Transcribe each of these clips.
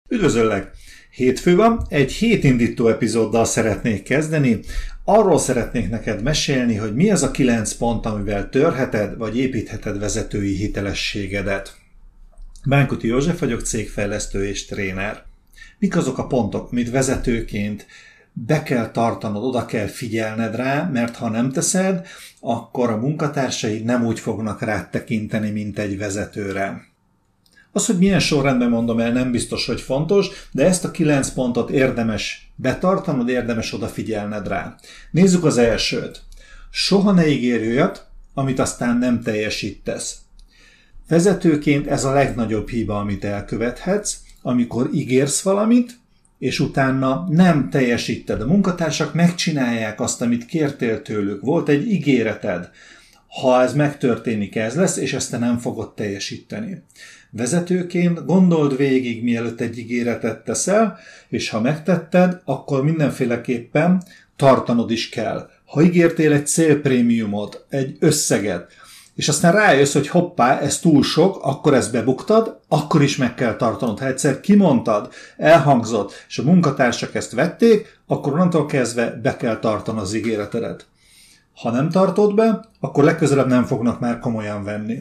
Üdvözöllek! Hétfő van, egy hétindító epizóddal szeretnék kezdeni. Arról szeretnék neked mesélni, hogy mi az a 9 pont, amivel törheted vagy építheted vezetői hitelességedet. Bánkuti József vagyok, cégfejlesztő és tréner. Mik azok a pontok, amit vezetőként be kell tartanod, oda kell figyelned rá, mert ha nem teszed, akkor a munkatársaid nem úgy fognak rád tekinteni, mint egy vezetőre. Az, hogy milyen sorrendben mondom el, nem biztos, hogy fontos, de ezt a 9 pontot érdemes betartanod, érdemes odafigyelned rá. Nézzük az elsőt. Soha ne ígérj olyat, amit aztán nem teljesítesz. Vezetőként ez a legnagyobb hiba, amit elkövethetsz, amikor ígérsz valamit, és utána nem teljesíted. A munkatársak megcsinálják azt, amit kértél tőlük. Volt egy ígéreted. Ha ez megtörténik, ez lesz, és ezt te nem fogod teljesíteni. Vezetőként gondold végig, mielőtt egy ígéretet teszel, és ha megtetted, akkor mindenféleképpen tartanod is kell. Ha ígértél egy célprémiumot, egy összeget, és aztán rájössz, hogy hoppá, ez túl sok, akkor ezt bebuktad, akkor is meg kell tartanod. Ha egyszer kimondtad, elhangzott, és a munkatársak ezt vették, akkor onnantól kezdve be kell tartanod az ígéretedet. Ha nem tartod be, akkor legközelebb nem fognak már komolyan venni.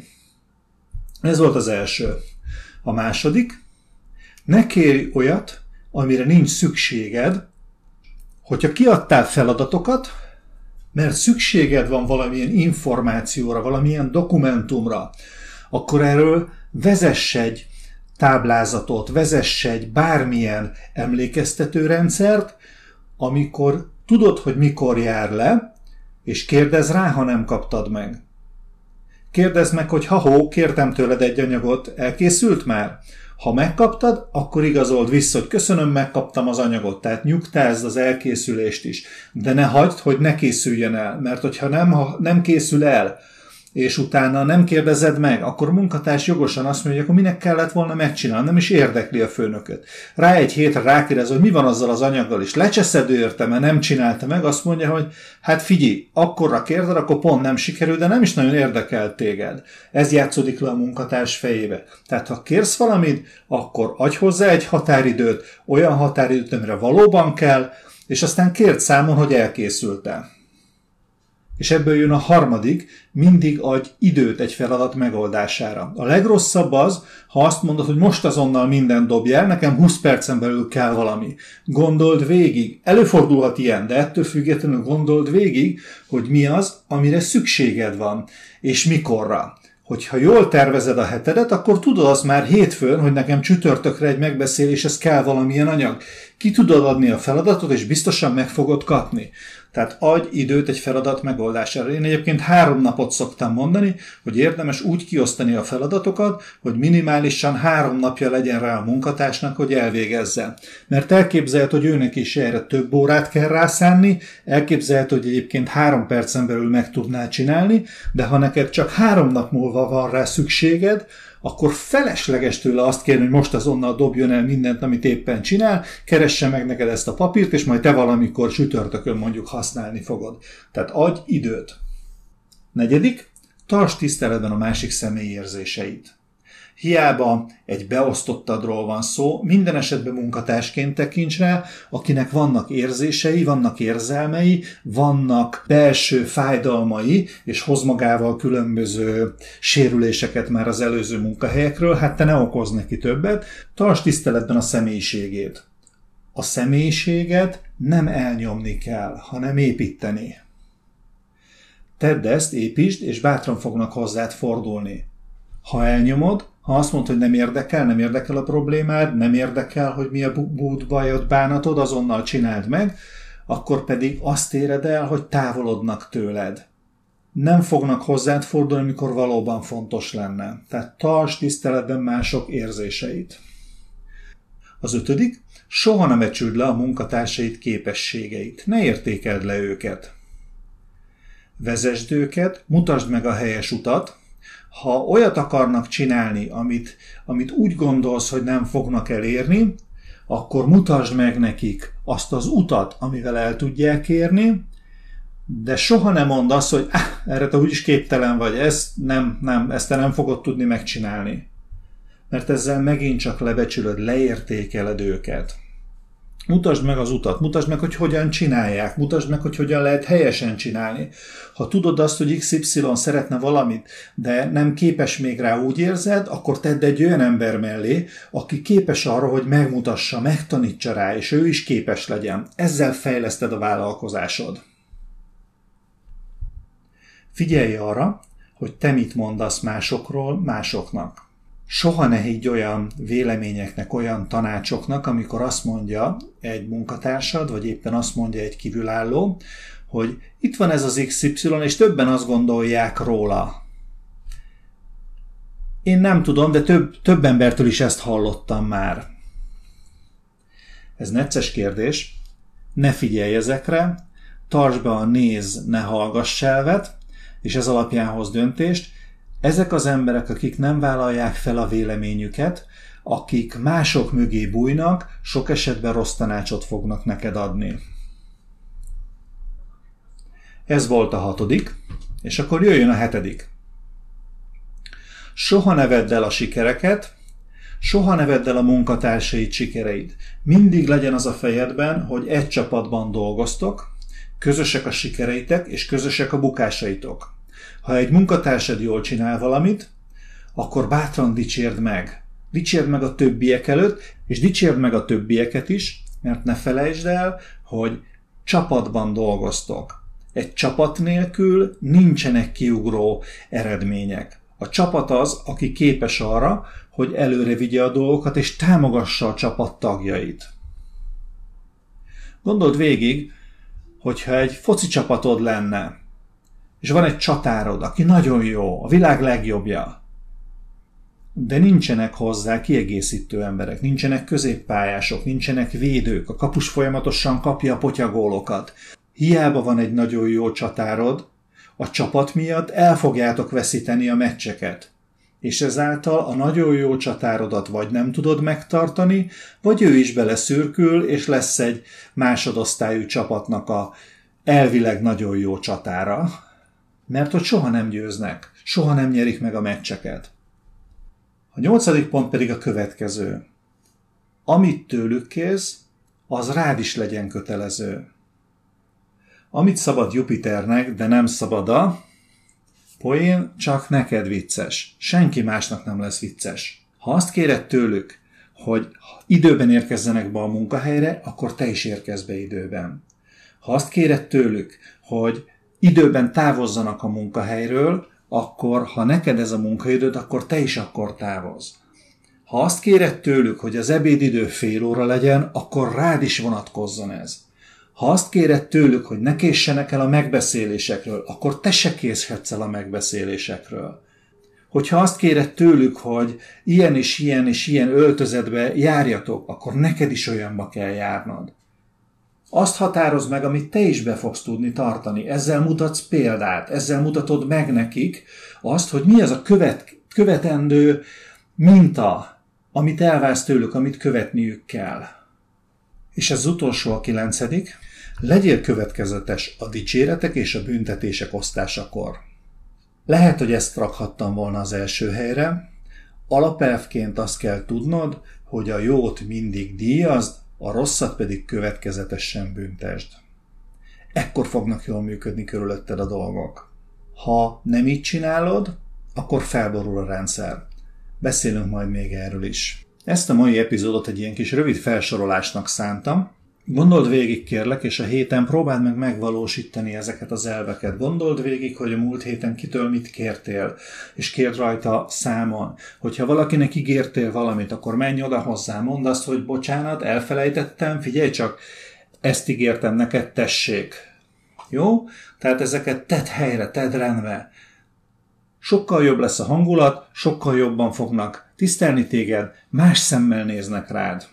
Ez volt az első. A második, ne kérj olyat, amire nincs szükséged, hogyha kiadtál feladatokat, mert szükséged van valamilyen információra, valamilyen dokumentumra, akkor erről vezess egy táblázatot, vezess egy bármilyen emlékeztetőrendszert, amikor tudod, hogy mikor jár le, és kérdezz rá, ha nem kaptad meg. Kérdezd meg, hogy kértem tőled egy anyagot, elkészült már? Ha megkaptad, akkor igazold vissza, hogy köszönöm, megkaptam az anyagot. Tehát nyugtázd az elkészülést is. De ne hagyd, hogy ne készüljen el, mert hogyha nem készül el, és utána nem kérdezed meg, akkor a munkatárs jogosan azt mondja, hogy akkor minek kellett volna megcsinálni, nem is érdekli a főnököt. Rá egy hétre rákérdez, hogy mi van azzal az anyaggal is. Lecseszed érte, mert nem csinálta meg, azt mondja, hogy hát figyelj, akkorra kérded, akkor pont nem sikerül, de nem is nagyon érdekel téged. Ez játszódik le a munkatárs fejébe. Tehát ha kérsz valamit, akkor adj hozzá egy határidőt, olyan határidőt, amire valóban kell, és aztán kérd számon, hogy elkészült-e. És ebből jön a harmadik, mindig adj időt egy feladat megoldására. A legrosszabb az, ha azt mondod, hogy most azonnal mindent dobjál, nekem 20 percen belül kell valami. Gondold végig. Előfordulhat ilyen, de ettől függetlenül gondold végig, hogy mi az, amire szükséged van, és mikorra. Hogyha jól tervezed a hetedet, akkor tudod azt már hétfőn, hogy nekem csütörtökre egy megbeszéléshez kell valamilyen anyag. Ki tudod adni a feladatot, és biztosan meg fogod kapni. Tehát adj időt egy feladat megoldására. Én egyébként 3 napot szoktam mondani, hogy érdemes úgy kiosztani a feladatokat, hogy minimálisan 3 napja legyen rá a munkatársnak, hogy elvégezze. Mert elképzelhet, hogy őnek is erre több órát kell rászánni, elképzelhet, hogy egyébként 3 percen belül meg tudná csinálni, de ha neked csak 3 nap múlva van rá szükséged, akkor felesleges tőle azt kérni, hogy most azonnal dobjon el mindent, amit éppen csinál, keresse meg neked ezt a papírt, és majd te valamikor csütörtökön mondjuk használni fogod. Tehát adj időt. 4. Tartsd tiszteletben a másik személy érzéseit. Hiába egy beosztottadról van szó, minden esetben munkatársként tekints rá, akinek vannak érzései, vannak érzelmei, vannak belső fájdalmai, és hoz magával különböző sérüléseket már az előző munkahelyekről, hát te ne okozz neki többet, tartsd tiszteletben a személyiségét. A személyiséget nem elnyomni kell, hanem építeni. Tedd ezt, építsd, és bátran fognak hozzád fordulni. Ha elnyomod, ha azt mondod, hogy nem érdekel a problémád, nem érdekel, hogy mi a búd, bajod, bánatod, azonnal csináld meg, akkor pedig azt éred el, hogy távolodnak tőled. Nem fognak hozzád fordulni, amikor valóban fontos lenne. Tehát tartsd tiszteletben mások érzéseit. Az 5. Soha nem becsüld le a munkatársaid képességeit. Ne értékeld le őket. Vezesd őket, mutasd meg a helyes utat. Ha olyat akarnak csinálni, amit úgy gondolsz, hogy nem fognak elérni, akkor mutasd meg nekik azt az utat, amivel el tudják érni, de soha nem mondd azt, hogy erre te úgyis képtelen vagy, ezt te nem fogod tudni megcsinálni. mert ezzel megint csak lebecsülöd, leértékeled őket. Mutasd meg az utat, mutasd meg, hogy hogyan csinálják, mutasd meg, hogy hogyan lehet helyesen csinálni. Ha tudod azt, hogy XY szeretne valamit, de nem képes még rá, úgy érzed, akkor tedd egy olyan ember mellé, aki képes arra, hogy megmutassa, megtanítsa rá, és ő is képes legyen. Ezzel fejleszted a vállalkozásod. Figyelj arra, hogy te mit mondasz másokról másoknak. Soha ne higgy olyan véleményeknek, olyan tanácsoknak, amikor azt mondja egy munkatársad, vagy éppen azt mondja egy kívülálló, hogy itt van ez az XY, és többen azt gondolják róla. Én nem tudom, de több embertől is ezt hallottam már. Ez necces kérdés. Ne figyelj ezekre, tartsd be a nézz, ne hallgass elvet, és ez alapján hoz döntést. Ezek az emberek, akik nem vállalják fel a véleményüket, akik mások mögé bújnak, sok esetben rossz tanácsot fognak neked adni. Ez volt a 6., és akkor jöjjön a 7. Soha ne vedd el a sikereket, soha ne vedd el a munkatársaid sikereit. Mindig legyen az a fejedben, hogy egy csapatban dolgoztok, közösek a sikereitek, és közösek a bukásaitok. Ha egy munkatársad jól csinál valamit, akkor bátran dicsérd meg. Dicsérd meg a többiek előtt, és dicsérd meg a többieket is, mert ne felejtsd el, hogy csapatban dolgoztok. Egy csapat nélkül nincsenek kiugró eredmények. A csapat az, aki képes arra, hogy előre vigye a dolgokat, és támogassa a csapat tagjait. Gondold végig, hogyha egy foci csapatod lenne, és van egy csatárod, aki nagyon jó, a világ legjobbja, de nincsenek hozzá kiegészítő emberek, nincsenek középpályások, nincsenek védők, a kapus folyamatosan kapja a potyagólokat. Hiába van egy nagyon jó csatárod, a csapat miatt el fogjátok veszíteni a meccseket. És ezáltal a nagyon jó csatárodat vagy nem tudod megtartani, vagy ő is beleszürkül, és lesz egy másodosztályú csapatnak a elvileg nagyon jó csatára, mert hogy soha nem győznek, soha nem nyerik meg a meccseket. A 8. pont pedig a következő. Amit tőlük kérsz, az rád is legyen kötelező. Amit szabad Jupiternek, de nem szabad a poén, csak neked vicces. Senki másnak nem lesz vicces. Ha azt kéred tőlük, hogy időben érkezzenek be a munkahelyre, akkor te is érkezz be időben. Ha azt kéred tőlük, hogy időben távozzanak a munkahelyről, akkor, ha neked ez a munkaidőd, akkor te is akkor távozz. Ha azt kéred tőlük, hogy az ebédidő fél óra legyen, akkor rád is vonatkozzon ez. Ha azt kéred tőlük, hogy ne késsenek el a megbeszélésekről, akkor te se készhetsz el a megbeszélésekről. Hogyha azt kéred tőlük, hogy ilyen és ilyen és ilyen öltözetbe járjatok, akkor neked is olyanba kell járnod. Azt határozd meg, amit te is be fogsz tudni tartani. Ezzel mutatsz példát, ezzel mutatod meg nekik azt, hogy mi az a követendő minta, amit elvársz tőlük, amit követniük kell. És ez az utolsó, a 9. Legyél következetes a dicséretek és a büntetések osztásakor. Lehet, hogy ezt rakhattam volna az első helyre. Alapelvként azt kell tudnod, hogy a jót mindig díjazd, a rosszat pedig következetesen büntesd. Ekkor fognak jól működni körülötted a dolgok. Ha nem így csinálod, akkor felborul a rendszer. Beszélünk majd még erről is. Ezt a mai epizódot egy ilyen kis rövid felsorolásnak szántam. Gondold végig, kérlek, és a héten próbáld meg megvalósítani ezeket az elveket. Gondold végig, hogy a múlt héten kitől mit kértél, és kérd rajta számon. Hogyha valakinek ígértél valamit, akkor menj oda hozzá, mondd azt, hogy bocsánat, elfelejtettem, figyelj csak, ezt ígértem neked, tessék. Jó? Tehát ezeket tedd helyre, tedd rendbe. Sokkal jobb lesz a hangulat, sokkal jobban fognak tisztelni téged, más szemmel néznek rád.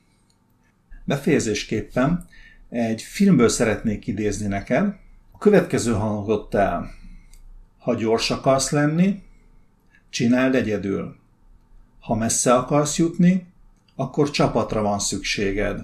Befejezésképpen egy filmből szeretnék idézni neked. A következő hangzott el. Ha gyors akarsz lenni, csináld egyedül. Ha messze akarsz jutni, akkor csapatra van szükséged.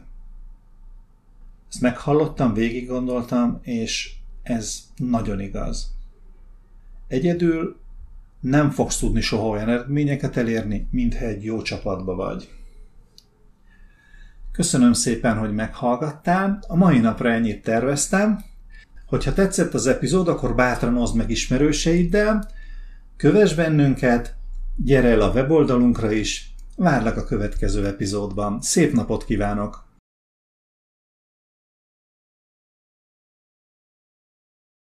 Ezt meghallottam, végig gondoltam, és ez nagyon igaz. Egyedül nem fogsz tudni soha olyan eredményeket elérni, mintha egy jó csapatba vagy. Köszönöm szépen, hogy meghallgattál. A mai napra ennyit terveztem. Hogyha tetszett az epizód, akkor bátran oszd meg ismerőseiddel, kövess bennünket, gyere el a weboldalunkra is, várlak a következő epizódban. Szép napot kívánok!